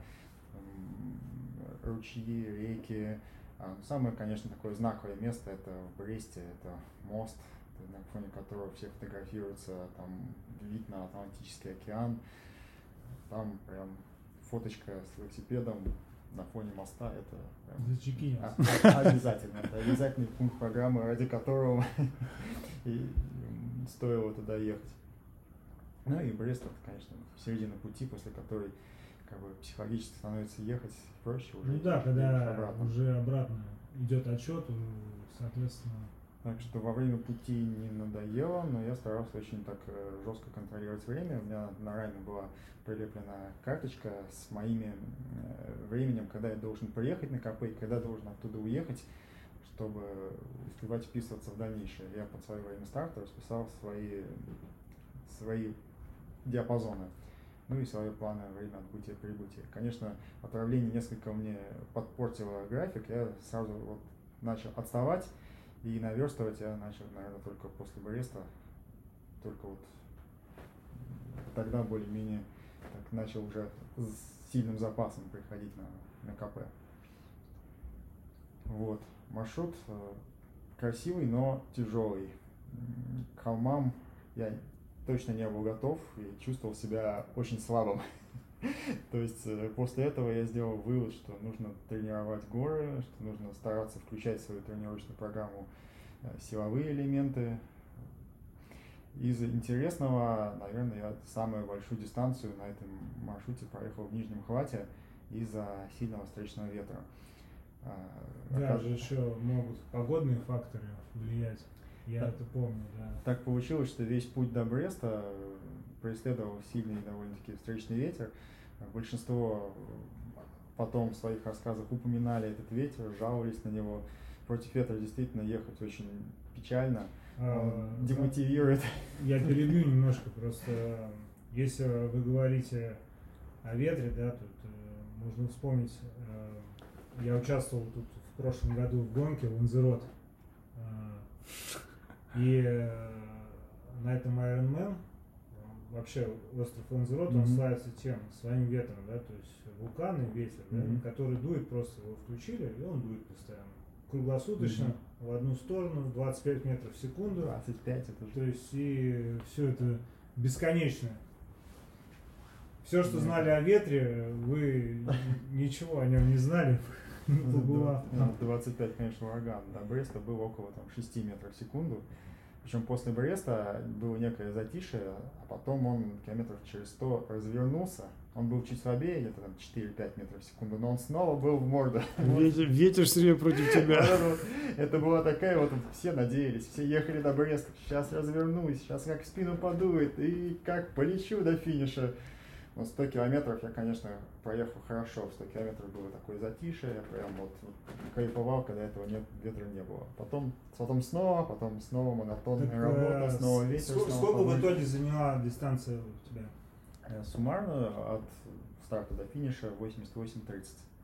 ручьи, реки. Самое, конечно, такое знаковое место это в Бресте, это мост, на фоне которого все фотографируются, там вид на Атлантический океан. Там прям фоточка с велосипедом на фоне моста, это обязательно. Это обязательный пункт программы, ради которого и стоило туда ехать. Ну и Брест, это, конечно, середина пути, после которой как бы психологически становится ехать проще уже. Ну да, когда уже обратно идет отсчет, соответственно. Так что во время пути не надоело, но я старался очень так жестко контролировать время. У меня на раме была прилеплена карточка с моим временем, когда я должен приехать на КП и когда должен оттуда уехать, чтобы успевать вписываться в дальнейшее. Я под свое время старта расписал свои диапазоны, ну и свое плановое время отбытия-прибытия. Конечно, отравление несколько мне подпортило график, я сразу вот начал отставать. И наверстывать я начал, наверное, только после Бреста. Только вот тогда более-менее так начал уже с сильным запасом приходить на КП. Вот. Маршрут красивый, но тяжелый. К холмам я точно не был готов и чувствовал себя очень слабым. То есть после этого я сделал вывод, что нужно тренировать горы, что нужно стараться включать в свою тренировочную программу силовые элементы. Из интересного, наверное, я самую большую дистанцию на этом маршруте проехал в Нижнем Хвате из-за сильного встречного ветра. Да, же еще могут погодные факторы влиять. Я это помню, да. Так получилось, что весь путь до Бреста преследовал сильный довольно-таки встречный ветер. Большинство потом в своих рассказах упоминали этот ветер, жаловались на него. Против ветра действительно ехать очень печально, демотивирует. Я перебью немножко, просто если вы говорите о ветре, да, тут можно вспомнить, я участвовал тут в прошлом году в гонке Ланзерот, и на этом Ironman вообще остров Ланзерот, он славится тем, своим ветром, да, то есть вулканный ветер, да, который дует, просто его включили, и он дует постоянно. Круглосуточно, в одну сторону, 25 метров в секунду. 25 это же. То есть и все это бесконечно. Все, что знали о ветре, вы ничего о нем не знали. 25, конечно, ураган. До Бреста был около 6 метров в секунду. Причем после Бреста было некое затишье, а потом он километров через 100 развернулся Он был чуть слабее, где-то там 4-5 метров в секунду, но он снова был в морду. Ветер все время против тебя. Это была такая вот, все надеялись, все ехали до Бреста, сейчас развернусь, сейчас как в спину подует, и как полечу до финиша. Но 100 километров я, конечно, проехал хорошо, в 100 километров было такое затишье, я прям вот кайфовал, когда этого ветра не было. Потом снова монотонная работа, снова ветер. Сколько в итоге заняла дистанция у тебя? Суммарно от старта до финиша 88:30.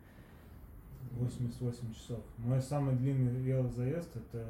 88 часов. Мой самый длинный велозаезд это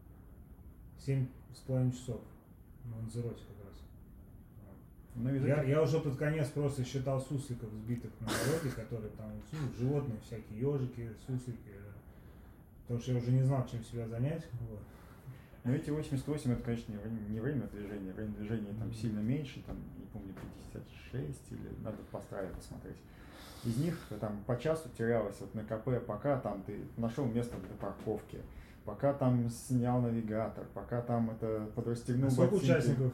7,5 часов. На Ланзероте как раз. Ну, я уже под конец просто считал сусликов, сбитых на дороге, которые там, животные всякие, ежики, суслики. Потому что я уже не знал, чем себя занять. Вот. Но эти 88 это, конечно, не время движения. Время движения там сильно меньше, там, не помню, 56 или надо по страве посмотреть. Из них там по часу терялось вот на КП, пока там ты нашел место для парковки, пока там снял навигатор, пока там это подрастегнул ботинки. Сколько участников?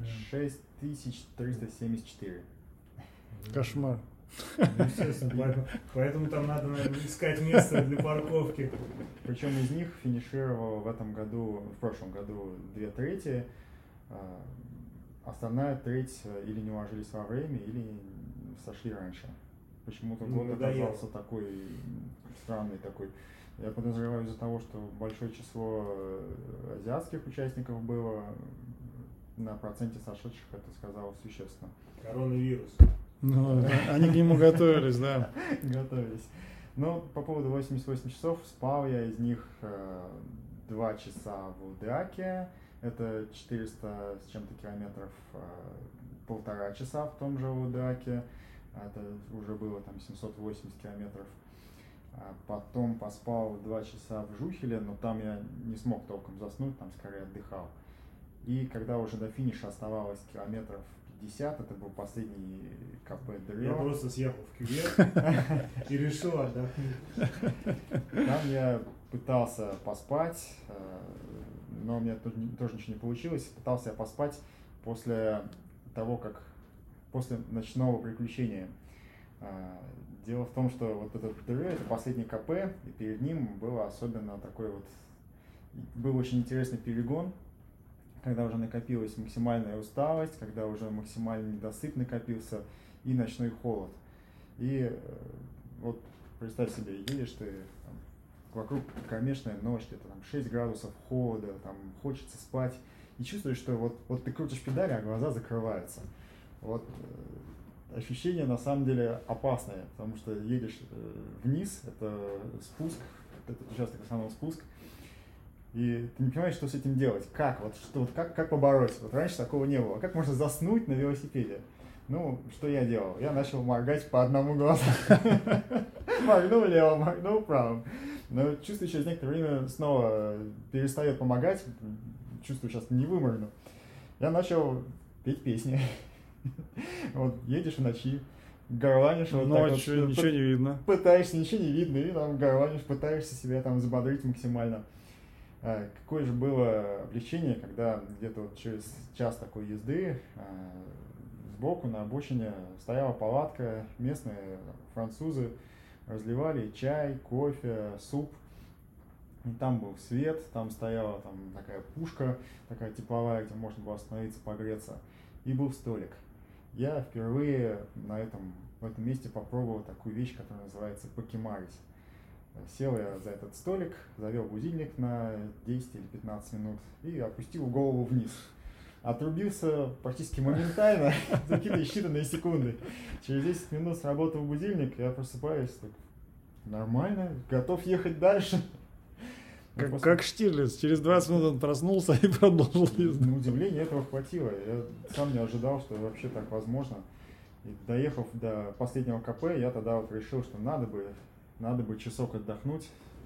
6374. Кошмар. Ну, естественно, поэтому там надо, наверное, искать место для парковки. Причем из них финишировал в прошлом году 2/3, остальная треть или не уложились во время, или сошли раньше. Почему-то год оказался такой странный такой. Я подозреваю из-за того, что большое число азиатских участников было, на проценте сошедших это сказалось существенно. Коронавирус. Ну, они к нему готовились, да. Готовились. Но по поводу 88 часов, спал я из них 2 часа в Лудеаке, это 400 с чем-то километров, 1,5 часа в том же Лудеаке, это уже было там 780 километров. Потом поспал 2 часа в Жухеле, но там я не смог толком заснуть, там скорее отдыхал. И когда уже до финиша оставалось километров 50, это был последний КП Дрео. Я просто съехал в кювет и решил отдохнуть. Там я пытался поспать, но у меня тоже ничего не получилось. Пытался я поспать после ночного приключения. Дело в том, что вот этот Дрео, это последний КП, и перед ним было особенно был очень интересный перегон, когда уже накопилась максимальная усталость, когда уже максимальный недосып накопился и ночной холод. И вот представь себе, едешь ты, там, вокруг кромешная ночь, где-то там 6 градусов холода, там хочется спать, и чувствуешь, что вот ты крутишь педали, а глаза закрываются. Вот ощущение на самом деле опасное, потому что едешь вниз, это спуск, этот участок основной спуск, и ты не понимаешь, что с этим делать, как побороть. Вот раньше такого не было. Как можно заснуть на велосипеде? Ну, что я делал? Я начал моргать по одному глазу. Моргнул левым, моргнул правым. Но чувство через некоторое время снова перестает помогать. Чувствую, сейчас не выморгну. Я начал петь песни. Вот едешь в ночи, горланишь вот ночью, так вот, ничего не видно. Пытаешься, ничего не видно, и там горланишь, пытаешься себя там взбодрить максимально. Какое же было облегчение, когда где-то вот через час такой езды сбоку на обочине стояла палатка, местные французы разливали чай, кофе, суп. И там был свет, там стояла такая пушка, такая тепловая, где можно было остановиться, погреться. И был столик. Я впервые в этом месте попробовал такую вещь, которая называется покемарис. Сел я за этот столик, завел будильник на 10 или 15 минут и опустил голову вниз. Отрубился практически моментально, за какие-то считанные секунды. Через 10 минут сработал будильник, я просыпаюсь, так, нормально, готов ехать дальше. Как Штирлиц, через 20 минут он проснулся и продолжил езду. На удивление этого хватило, я сам не ожидал, что вообще так возможно. И доехав до последнего КП, я тогда вот решил, что надо бы часок отдохнуть.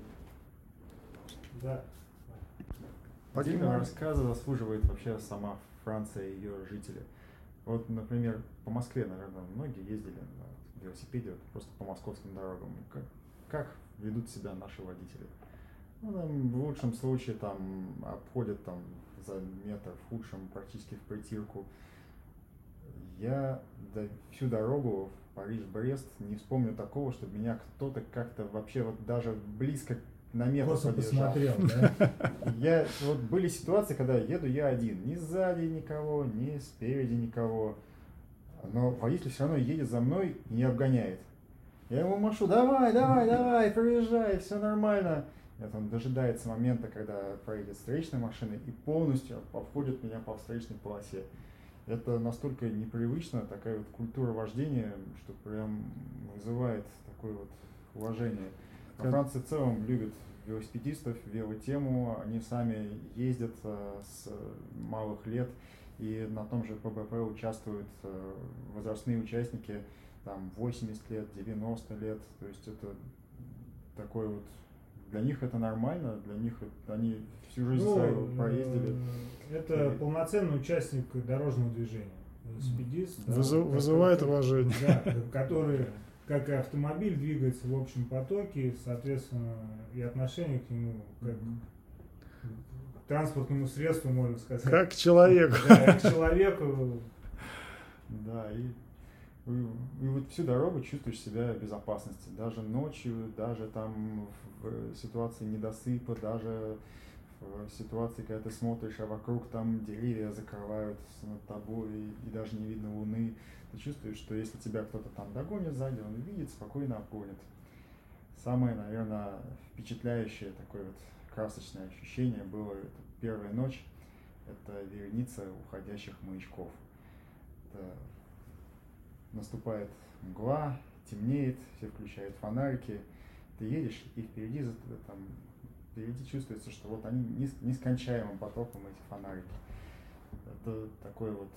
Да. Отдельного рассказа заслуживает вообще сама Франция и ее жители. Вот, например, по Москве, наверное, многие ездили на велосипеде просто по московским дорогам. Как ведут себя наши водители? Ну, там, в лучшем случае обходят за метр, в худшем практически в притирку. я всю дорогу в Париж-Брест не вспомню такого, чтобы меня кто-то как-то вообще вот даже близко на метр Просто подъезжал. посмотрел, да? Вот были ситуации, когда еду я один, ни сзади никого, ни спереди никого, но водитель все равно едет за мной и не обгоняет. Я ему машу: давай, давай, давай, проезжай, все нормально. Это он дожидается момента, когда проедет встречная машина и полностью обходит меня по встречной полосе. Это настолько непривычно, такая вот культура вождения, что прям вызывает такое вот уважение. Во Франции в целом любят велосипедистов, велотему, они сами ездят с малых лет, и на том же ПБП участвуют возрастные участники, там 80 лет, 90 лет, то есть это такой вот, для них это нормально, для них они всю жизнь свою проездили. Это полноценный участник дорожного движения, велосипедист. Да, вызывает уважение. Да, который, как и автомобиль, двигается в общем потоке, соответственно, и отношение к нему, как к транспортному средству, можно сказать. Как к человеку. Да, как к человеку. Да, и вот всю дорогу чувствуешь себя в безопасности, даже ночью, даже там в ситуации недосыпа, даже в ситуации, когда ты смотришь, а вокруг там деревья закрывают над тобой и даже не видно луны, ты чувствуешь, что если тебя кто-то там догонит сзади, он видит, спокойно обгонит. Самое, наверное, впечатляющее такое вот красочное ощущение было первая ночь, это вереница уходящих маячков. Это наступает мгла, темнеет, все включают фонарики, ты едешь, и впереди чувствуется, что вот они нескончаемым потоком, эти фонарики. Это такое вот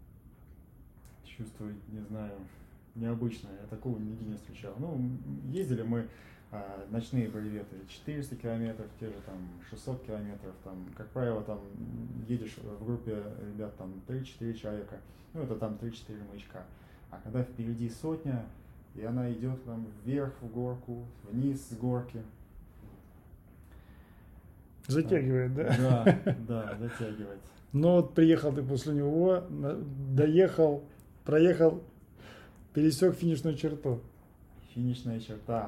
чувство, не знаю, необычное, я такого нигде не встречал. Ну, ездили мы ночные бреветы 400 километров, те же там 600 километров, там, как правило, там едешь в группе ребят, там 3-4 человека, ну, это там 3-4 маячка. А когда впереди сотня, и она идет там вверх в горку, вниз с горки. Затягивает, да? Да, да, затягивает. Но вот приехал ты после него, доехал, проехал, пересек финишную черту. Финишная черта.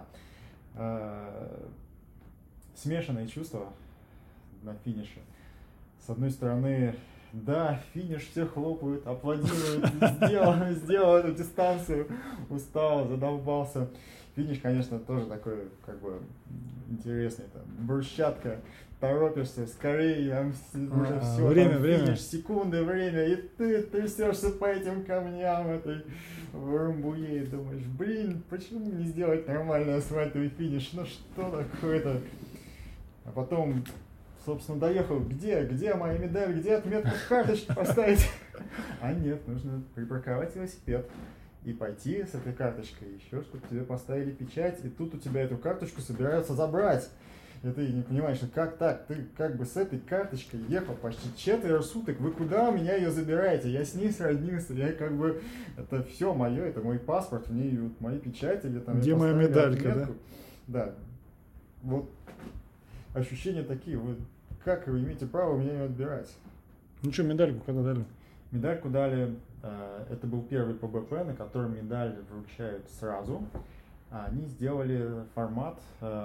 Смешанные чувства на финише. С одной стороны, да, финиш, все хлопают, аплодируют, сделал эту дистанцию, устал, задолбался. Финиш, конечно, тоже такой, как бы, интересный, там, брусчатка, торопишься, скорее, там, уже все, время, там, время. финиш, секунды, время, и ты трясешься по этим камням, этой Румбуе, и думаешь, блин, почему не сделать нормальный асфальтовый финиш, ну что такое-то? А потом, собственно, доехал, где моя медаль, где отметку карточки поставить? А нет, нужно припарковать велосипед и пойти с этой карточкой еще, чтобы тебе поставили печать, и тут у тебя эту карточку собираются забрать. И ты не понимаешь, ну как так? Ты как бы с этой карточкой ехал почти 4 суток, вы куда меня ее забираете? Я с ней сроднился, я как бы, это все мое, это мой паспорт, в ней вот мои печати, или там... Где моя медалька, да? Да. Вот ощущения такие, вы как вы имеете право меня ее отбирать? Ну что, медальку когда дали? Медальку дали, это был первый ПБП, на котором медаль вручают сразу. Они сделали формат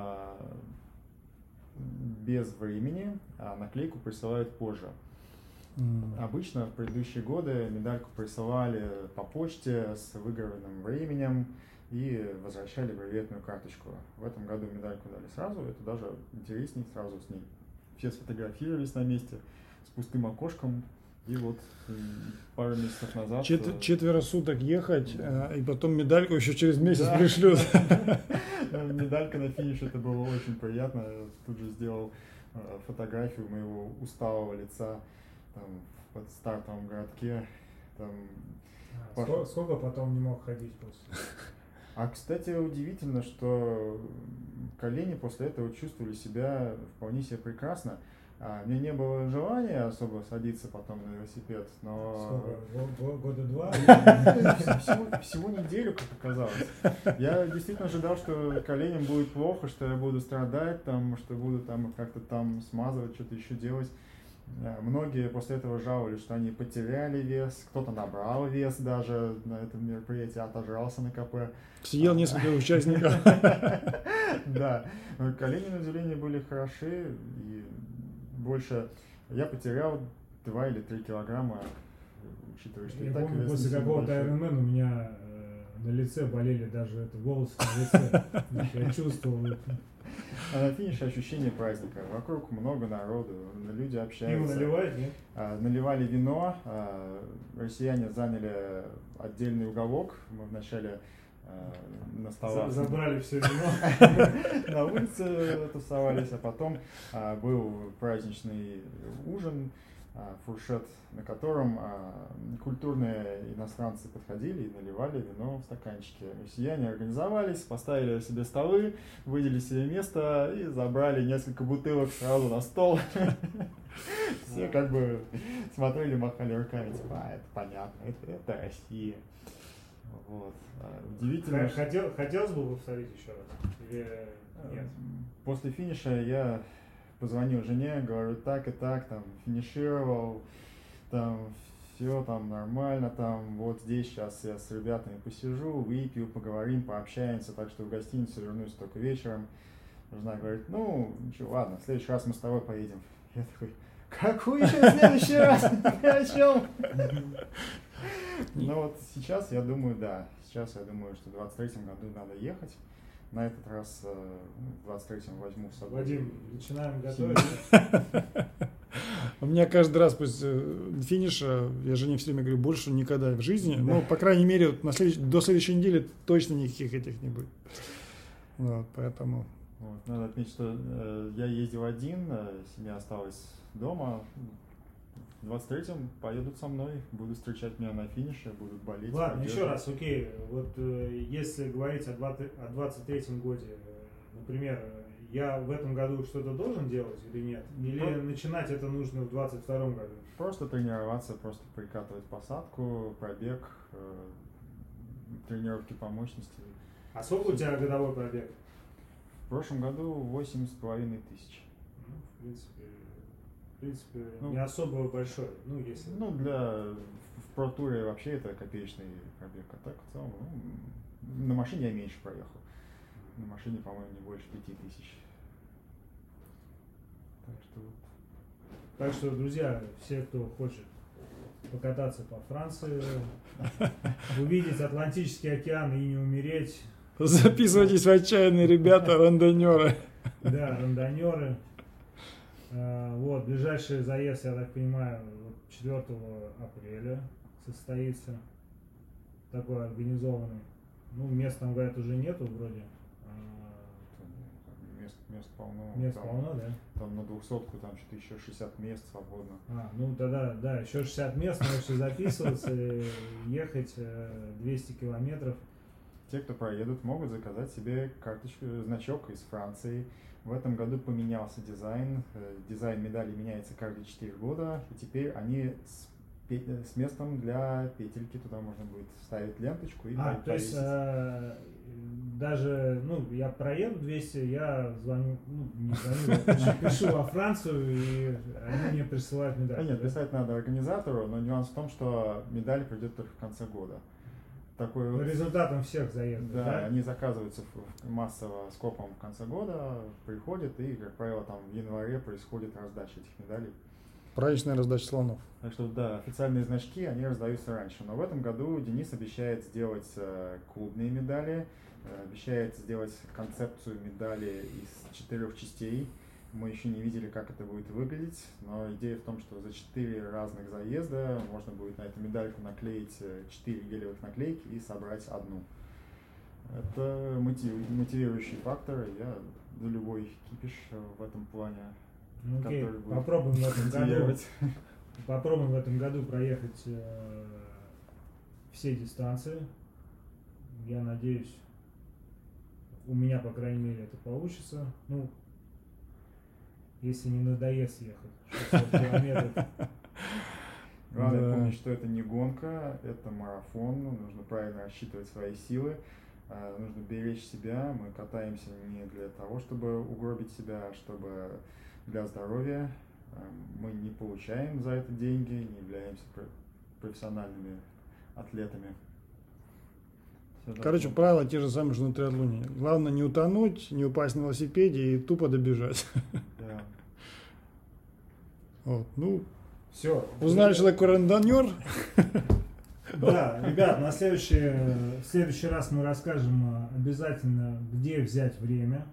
без времени, а наклейку присылают позже. Обычно в предыдущие годы медальку присылали по почте с выигранным временем и возвращали бреветную карточку. В этом году медальку дали сразу, это даже интереснее, сразу с ней. Все сфотографировались на месте с пустым окошком, и вот пару месяцев назад... 4 суток ехать, и потом медальку еще через месяц пришлют. Медалька на финише, это было очень приятно. Я тут же сделал фотографию моего усталого лица там, в стартовом городке. Там, сколько потом не мог ходить после? А, кстати, удивительно, что колени после этого чувствовали себя вполне себе прекрасно. Мне не было желания особо садиться потом на велосипед, но... Сколько? Года 2? Всего неделю, как оказалось. Я действительно ожидал, что коленям будет плохо, что я буду страдать, там, что буду там как-то там смазывать, что-то еще делать. Многие после этого жаловались, что они потеряли вес, кто-то набрал вес даже на этом мероприятии, отожрался на КП. Съел несколько участников. Да, колени, на удивление, были хороши, и больше я потерял 2 или 3 килограмма, учитывая, что я помню, после какого-то Ironman у меня на лице болели даже волосы на лице. Я чувствовал это. А на финише ощущение праздника. Вокруг много народу, люди общаются. Пиво наливают, нет? Наливали вино, россияне заняли отдельный уголок. Мы вначале на столах... Забрали все вино. На улице тусовались, а потом был праздничный ужин, фуршет, на котором культурные иностранцы подходили и наливали вино в стаканчики. Россияне организовались, поставили себе столы, выделили себе место и забрали несколько бутылок сразу на стол. Все как бы смотрели, махали руками, типа, это понятно, это Россия. Вот. Удивительно. Хотелось бы повторить еще раз? Или нет? После финиша я позвонил жене, говорю, так и так, там, финишировал, там, все там нормально, там, вот здесь сейчас я с ребятами посижу, выпью, поговорим, пообщаемся, так что в гостиницу вернусь только вечером. Жена говорит, ну, ничего, ладно, в следующий раз мы с тобой поедем. Я такой, какой еще следующий раз? О чем? Ну вот сейчас я думаю, да, сейчас я думаю, что в 23-м году надо ехать. На этот раз в 23-м возьму с собой. Вадим, начинаем готовить. У меня каждый раз после финиша, я жене все время говорю, больше никогда в жизни, ну, по крайней мере, вот до следующей недели точно никаких этих не будет. Вот, поэтому... Вот, надо отметить, что я ездил один, семья осталась дома. В 23-м поедут со мной, будут встречать меня на финише, будут болеть. Ладно, еще раз, окей. Вот если говорить о 23-м годе, например, я в этом году что-то должен делать или нет? Или начинать это нужно в 22-м году? Просто тренироваться, просто прикатывать посадку, пробег, тренировки по мощности. А сколько у тебя годовой пробег? В прошлом году 8,5 тысяч. Ну, в принципе, не особо большой, ну, если... Ну, в Pro-туре вообще это копеечный пробег, а так в целом, ну, на машине я меньше проехал. На машине, по-моему, не больше 5000. Так что, друзья, все, кто хочет покататься по Франции, увидеть Атлантический океан и не умереть... Записывайтесь в отчаянные ребята, рандонеры. Да, рандонеры. Вот, ближайший заезд, я так понимаю, 4 апреля состоится, такой организованный. Ну, мест там, говорят, уже нету вроде. Мест полно. Мест полно, да? Там на 200-ку там что-то еще 60 мест свободно. Ну тогда, да, еще 60 мест, можете записываться, ехать 200 километров. Те, кто проедут, могут заказать себе карточку, значок из Франции. В этом году поменялся дизайн. Дизайн медалей меняется каждые 4 года. И теперь они с местом для петельки. Туда можно будет ставить ленточку и повесить. То есть даже, ну, я проеду 200, я звоню, ну, не звоню, я пишу во Францию, и они мне присылают медаль. Нет, писать надо организатору, но нюанс в том, что медаль придет только в конце года. Такой вот, результатом всех заездов, да? Они заказываются массово скопом в конце года, приходят, и, как правило, там в январе происходит раздача этих медалей. Праздничная раздача слонов. Так что, да, официальные значки, они раздаются раньше. Но в этом году Денис обещает сделать клубные медали, обещает сделать концепцию медали из 4 частей. Мы еще не видели, как это будет выглядеть, но идея в том, что за 4 разных заезда можно будет на эту медальку наклеить 4 гелевых наклейки и собрать одну. Это мотивирующий фактор, я за любой кипиш в этом плане. Ну, окей, попробуем в этом году проехать все дистанции. Я надеюсь, у меня, по крайней мере, это получится. Ну, если не надоест ехать 600 километров. Главное помнить, что это не гонка, это марафон. Нужно правильно рассчитывать свои силы. Нужно беречь себя. Мы катаемся не для того, чтобы угробить себя, а чтобы для здоровья. Мы не получаем за это деньги, не являемся профессиональными атлетами. Короче, правила те же самые, что на триатлоне. Главное не утонуть, не упасть на велосипеде и тупо добежать. Да. Вот, ну, Все. узнали, что такое рандонер. Да, ребят, в следующий раз мы расскажем обязательно, где взять время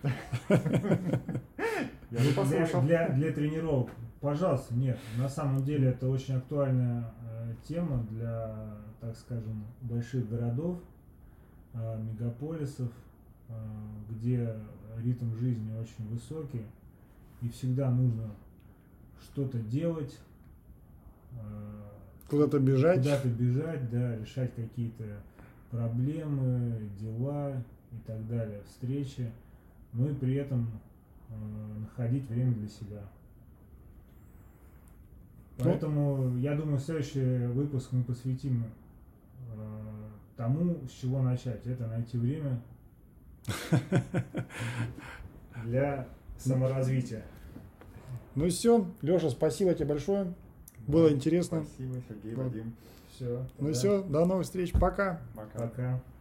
для тренировок. Пожалуйста, нет. На самом деле это очень актуальная тема для, так скажем, больших городов, мегаполисов, где ритм жизни очень высокий, и всегда нужно что-то делать, Куда-то бежать, да, решать какие-то проблемы, дела и так далее, встречи, но и при этом находить время для себя. Поэтому, я думаю, следующий выпуск мы посвятим тому, с чего начать. Это найти время для саморазвития. Ну все, Леша, спасибо тебе большое. Было интересно. Спасибо, Сергей, Вадим. Все. Ну все, до новых встреч. Пока. Пока.